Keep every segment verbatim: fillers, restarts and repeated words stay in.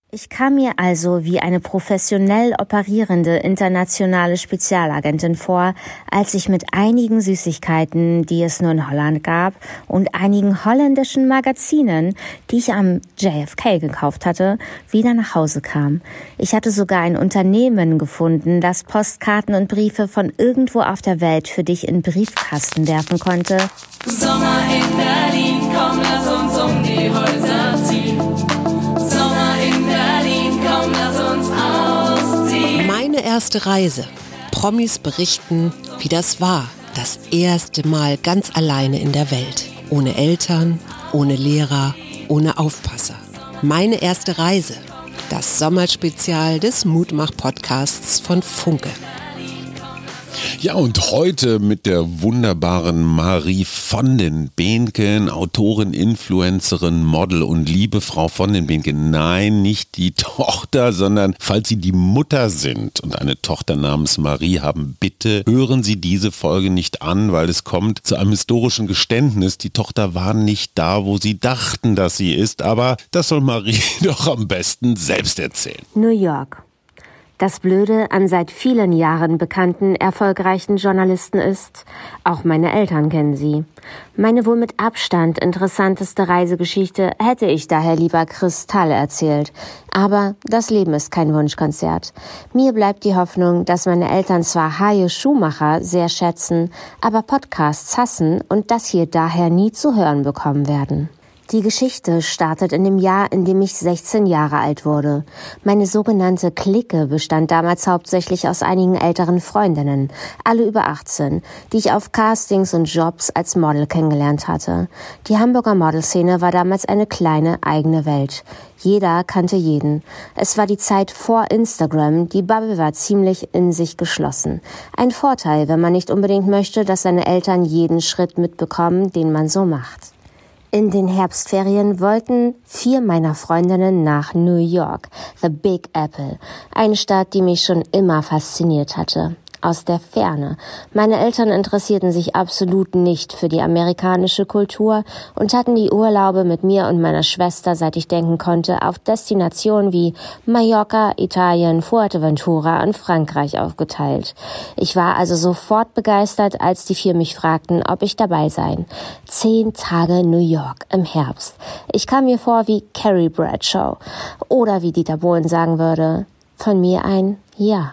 Ich kam mir also wie eine professionell operierende internationale Spezialagentin vor, als ich mit einigen Süßigkeiten, die es nur in Holland gab, und einigen holländischen Magazinen, die ich am J F K gekauft hatte, wieder nach Hause kam. Ich hatte sogar ein Unternehmen gefunden, das Postkarten und Briefe von irgendwo auf der Welt für dich in Briefkasten werfen konnte. Sommer in Berlin, komm, lass uns um die Häuser ziehen. Meine erste Reise. Promis berichten, wie das war. Das erste Mal ganz alleine in der Welt. Ohne Eltern, ohne Lehrer, ohne Aufpasser. Meine erste Reise. Das Sommerspezial des Mutmach-Podcasts von Funke. Ja, und heute mit der wunderbaren Marie von den Behnken, Autorin, Influencerin, Model und liebe Frau von den Behnken. Nein, nicht die Tochter, sondern falls Sie die Mutter sind und eine Tochter namens Marie haben, bitte hören Sie diese Folge nicht an, weil es kommt zu einem historischen Geständnis. Die Tochter war nicht da, wo Sie dachten, dass sie ist, aber das soll Marie doch am besten selbst erzählen. New York. Das Blöde an seit vielen Jahren bekannten, erfolgreichen Journalisten ist, auch meine Eltern kennen sie. Meine wohl mit Abstand interessanteste Reisegeschichte hätte ich daher lieber Kristall erzählt. Aber das Leben ist kein Wunschkonzert. Mir bleibt die Hoffnung, dass meine Eltern zwar Haie Schumacher sehr schätzen, aber Podcasts hassen und das hier daher nie zu hören bekommen werden. Die Geschichte startet in dem Jahr, in dem ich sechzehn Jahre alt wurde. Meine sogenannte Clique bestand damals hauptsächlich aus einigen älteren Freundinnen, alle über achtzehn, die ich auf Castings und Jobs als Model kennengelernt hatte. Die Hamburger Modelszene war damals eine kleine eigene Welt. Jeder kannte jeden. Es war die Zeit vor Instagram, die Bubble war ziemlich in sich geschlossen. Ein Vorteil, wenn man nicht unbedingt möchte, dass seine Eltern jeden Schritt mitbekommen, den man so macht. In den Herbstferien wollten vier meiner Freundinnen nach New York, the Big Apple, eine Stadt, die mich schon immer fasziniert hatte. Aus der Ferne. Meine Eltern interessierten sich absolut nicht für die amerikanische Kultur und hatten die Urlaube mit mir und meiner Schwester, seit ich denken konnte, auf Destinationen wie Mallorca, Italien, Fuerteventura und Frankreich aufgeteilt. Ich war also sofort begeistert, als die vier mich fragten, ob ich dabei sei. Zehn Tage New York im Herbst. Ich kam mir vor wie Carrie Bradshaw oder wie Dieter Bohlen sagen würde, von mir ein Ja.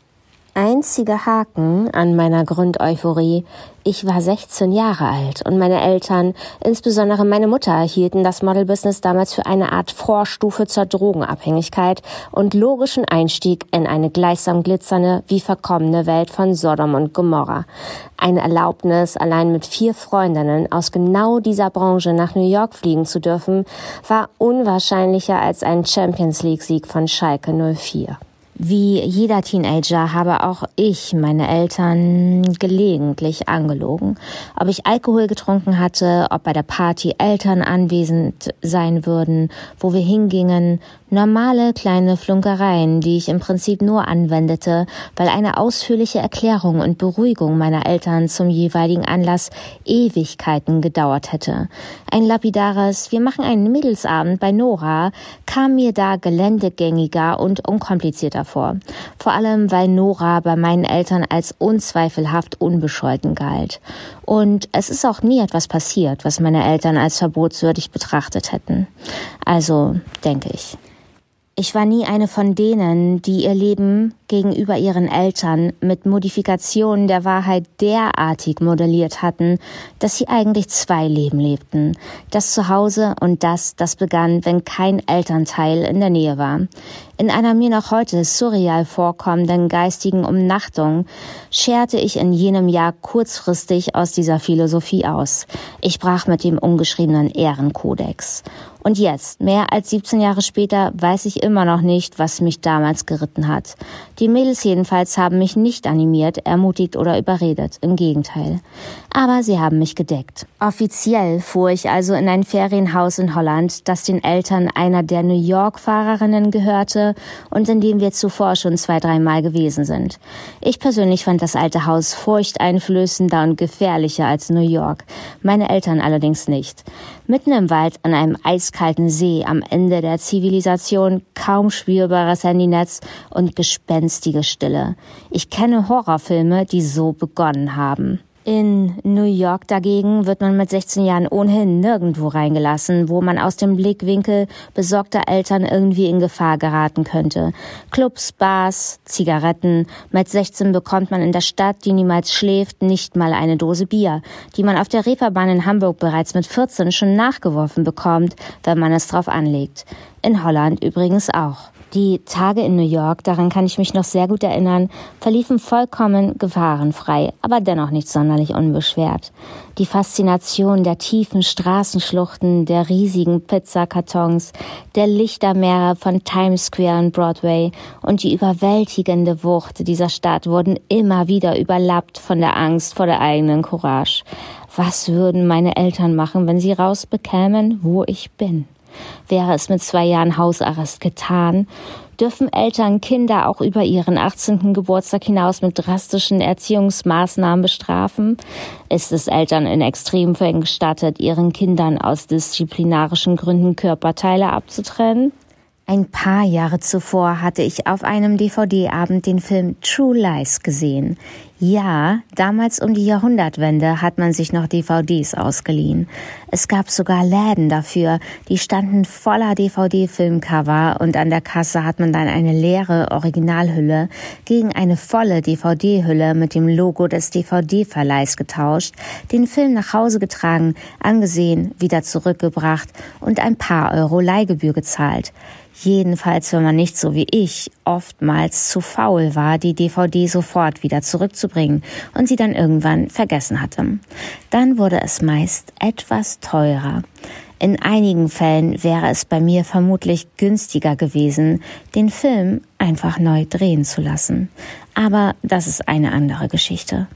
Einziger Haken an meiner Grundeuphorie: Ich war sechzehn Jahre alt und meine Eltern, insbesondere meine Mutter, hielten das Modelbusiness damals für eine Art Vorstufe zur Drogenabhängigkeit und logischen Einstieg in eine gleichsam glitzernde wie verkommene Welt von Sodom und Gomorra. Eine Erlaubnis, allein mit vier Freundinnen aus genau dieser Branche nach New York fliegen zu dürfen, war unwahrscheinlicher als ein Champions-League-Sieg von Schalke null vier. Wie jeder Teenager habe auch ich meine Eltern gelegentlich angelogen. Ob ich Alkohol getrunken hatte, ob bei der Party Eltern anwesend sein würden, wo wir hingingen. Normale kleine Flunkereien, die ich im Prinzip nur anwendete, weil eine ausführliche Erklärung und Beruhigung meiner Eltern zum jeweiligen Anlass Ewigkeiten gedauert hätte. Ein lapidares "Wir machen einen Mädelsabend bei Nora" kam mir da geländegängiger und unkomplizierter vor. Vor allem, weil Nora bei meinen Eltern als unzweifelhaft unbescholten galt. Und es ist auch nie etwas passiert, was meine Eltern als verbotswürdig betrachtet hätten. Also, denke ich. Ich war nie eine von denen, die ihr Leben gegenüber ihren Eltern mit Modifikationen der Wahrheit derartig modelliert hatten, dass sie eigentlich zwei Leben lebten. Das Zuhause und das, das begann, wenn kein Elternteil in der Nähe war. In einer mir noch heute surreal vorkommenden geistigen Umnachtung scherte ich in jenem Jahr kurzfristig aus dieser Philosophie aus. Ich brach mit dem ungeschriebenen Ehrenkodex. Und jetzt, mehr als siebzehn Jahre später, weiß ich immer noch nicht, was mich damals geritten hat. Die Mädels jedenfalls haben mich nicht animiert, ermutigt oder überredet. Im Gegenteil. Aber sie haben mich gedeckt. Offiziell fuhr ich also in ein Ferienhaus in Holland, das den Eltern einer der New York-Fahrerinnen gehörte hatte und in dem wir zuvor schon zwei, dreimal gewesen sind. Ich persönlich fand das alte Haus furchteinflößender und gefährlicher als New York, meine Eltern allerdings nicht. Mitten im Wald an einem eiskalten See am Ende der Zivilisation, kaum spürbares Handynetz und gespenstige Stille. Ich kenne Horrorfilme, die so begonnen haben. In New York dagegen wird man mit sechzehn Jahren ohnehin nirgendwo reingelassen, wo man aus dem Blickwinkel besorgter Eltern irgendwie in Gefahr geraten könnte. Clubs, Bars, Zigaretten. Mit sechzehn bekommt man in der Stadt, die niemals schläft, nicht mal eine Dose Bier, die man auf der Reeperbahn in Hamburg bereits mit vierzehn schon nachgeworfen bekommt, wenn man es drauf anlegt. In Holland übrigens auch. Die Tage in New York, daran kann ich mich noch sehr gut erinnern, verliefen vollkommen gefahrenfrei, aber dennoch nicht sonderlich unbeschwert. Die Faszination der tiefen Straßenschluchten, der riesigen Pizzakartons, der Lichtermeere von Times Square und Broadway und die überwältigende Wucht dieser Stadt wurden immer wieder überlappt von der Angst vor der eigenen Courage. Was würden meine Eltern machen, wenn sie rausbekämen, wo ich bin? Wäre es mit zwei Jahren Hausarrest getan? Dürfen Eltern Kinder auch über ihren achtzehnten Geburtstag hinaus mit drastischen Erziehungsmaßnahmen bestrafen? Ist es Eltern in Extremfällen gestattet, ihren Kindern aus disziplinarischen Gründen Körperteile abzutrennen? Ein paar Jahre zuvor hatte ich auf einem D V D-Abend den Film True Lies gesehen. Ja, damals um die Jahrhundertwende hat man sich noch D V Ds ausgeliehen. Es gab sogar Läden dafür, die standen voller D V D-Filmcover und an der Kasse hat man dann eine leere Originalhülle gegen eine volle D V D-Hülle mit dem Logo des D V D-Verleihs getauscht, den Film nach Hause getragen, angesehen, wieder zurückgebracht und ein paar Euro Leihgebühr gezahlt. Jedenfalls, wenn man nicht so wie ich oftmals zu faul war, die D V D sofort wieder zurückzubringen und sie dann irgendwann vergessen hatte. Dann wurde es meist etwas teurer. In einigen Fällen wäre es bei mir vermutlich günstiger gewesen, den Film einfach neu drehen zu lassen. Aber das ist eine andere Geschichte.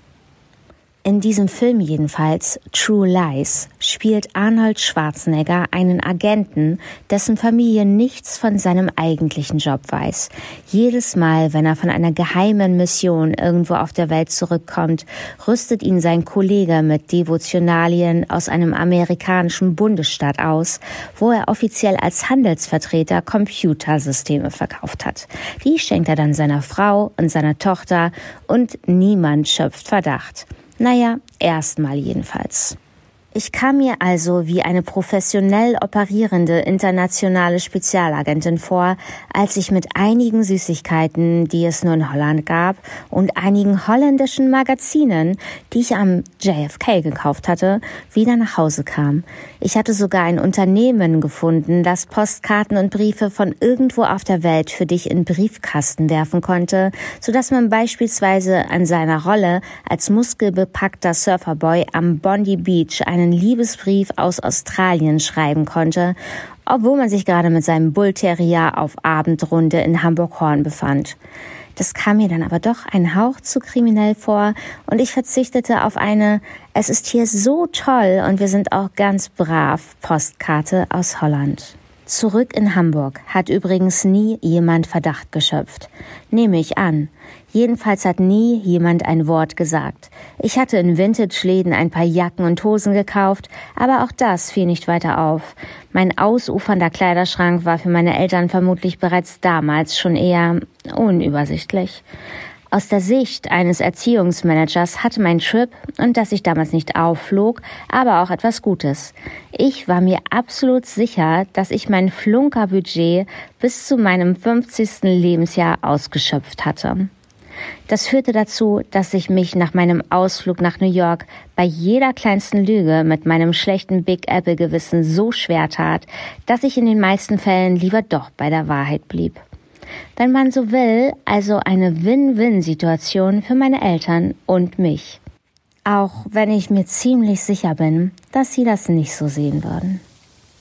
In diesem Film jedenfalls, True Lies, spielt Arnold Schwarzenegger einen Agenten, dessen Familie nichts von seinem eigentlichen Job weiß. Jedes Mal, wenn er von einer geheimen Mission irgendwo auf der Welt zurückkommt, rüstet ihn sein Kollege mit Devotionalien aus einem amerikanischen Bundesstaat aus, wo er offiziell als Handelsvertreter Computersysteme verkauft hat. Die schenkt er dann seiner Frau und seiner Tochter und niemand schöpft Verdacht. Naja, erstmal jedenfalls. Ich kam mir also wie eine professionell operierende internationale Spezialagentin vor, als ich mit einigen Süßigkeiten, die es nur in Holland gab, und einigen holländischen Magazinen, die ich am J F K gekauft hatte, wieder nach Hause kam. Ich hatte sogar ein Unternehmen gefunden, das Postkarten und Briefe von irgendwo auf der Welt für dich in Briefkasten werfen konnte, sodass man beispielsweise an seiner Rolle als muskelbepackter Surferboy am Bondi Beach einen Liebesbrief aus Australien schreiben konnte, obwohl man sich gerade mit seinem Bull Terrier auf Abendrunde in Hamburg-Horn befand. Das kam mir dann aber doch ein Hauch zu kriminell vor und ich verzichtete auf eine "Es ist hier so toll und wir sind auch ganz brav" Postkarte aus Holland. Zurück in Hamburg hat übrigens nie jemand Verdacht geschöpft. Nehme ich an. Jedenfalls hat nie jemand ein Wort gesagt. Ich hatte in Vintage-Läden ein paar Jacken und Hosen gekauft, aber auch das fiel nicht weiter auf. Mein ausufernder Kleiderschrank war für meine Eltern vermutlich bereits damals schon eher unübersichtlich. Aus der Sicht eines Erziehungsmanagers hatte mein Trip, und dass ich damals nicht aufflog, aber auch etwas Gutes. Ich war mir absolut sicher, dass ich mein Flunkerbudget bis zu meinem fünfzigsten Lebensjahr ausgeschöpft hatte. Das führte dazu, dass ich mich nach meinem Ausflug nach New York bei jeder kleinsten Lüge mit meinem schlechten Big Apple-Gewissen so schwer tat, dass ich in den meisten Fällen lieber doch bei der Wahrheit blieb. Wenn man so will, also eine Win-Win-Situation für meine Eltern und mich. Auch wenn ich mir ziemlich sicher bin, dass sie das nicht so sehen würden.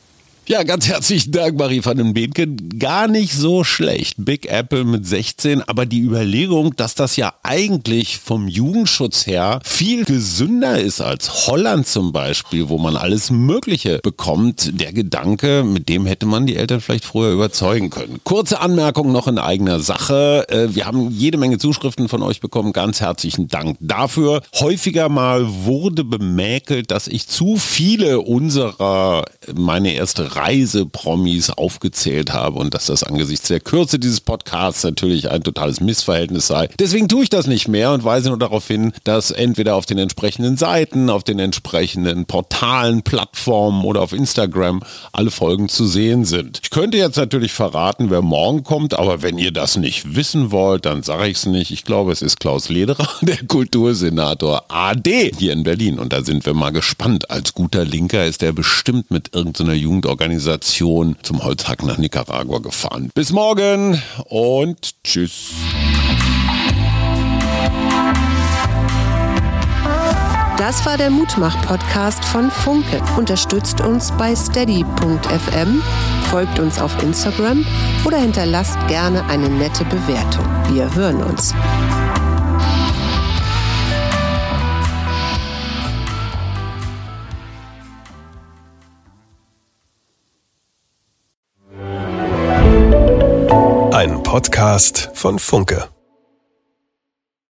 Ja, ganz herzlichen Dank, Marie van den Behnken. Gar nicht so schlecht. Big Apple mit sechzehn, aber die Überlegung, dass das ja eigentlich vom Jugendschutz her viel gesünder ist als Holland zum Beispiel, wo man alles Mögliche bekommt, der Gedanke, mit dem hätte man die Eltern vielleicht früher überzeugen können. Kurze Anmerkung noch in eigener Sache. Wir haben jede Menge Zuschriften von euch bekommen. Ganz herzlichen Dank dafür. Häufiger mal wurde bemäkelt, dass ich zu viele unserer, meine erste Reise-Promis aufgezählt habe und dass das angesichts der Kürze dieses Podcasts natürlich ein totales Missverhältnis sei. Deswegen tue ich das nicht mehr und weise nur darauf hin, dass entweder auf den entsprechenden Seiten, auf den entsprechenden Portalen, Plattformen oder auf Instagram alle Folgen zu sehen sind. Ich könnte jetzt natürlich verraten, wer morgen kommt, aber wenn ihr das nicht wissen wollt, dann sage ich es nicht. Ich glaube, es ist Klaus Lederer, der Kultursenator A D hier in Berlin. Und da sind wir mal gespannt. Als guter Linker ist er bestimmt mit irgendeiner Jugendorganisation Organisation zum Holzhacken nach Nicaragua gefahren. Bis morgen und tschüss. Das war der Mutmach-Podcast von Funke. Unterstützt uns bei steady punkt f m, folgt uns auf Instagram oder hinterlasst gerne eine nette Bewertung. Wir hören uns. Ein Podcast von Funke.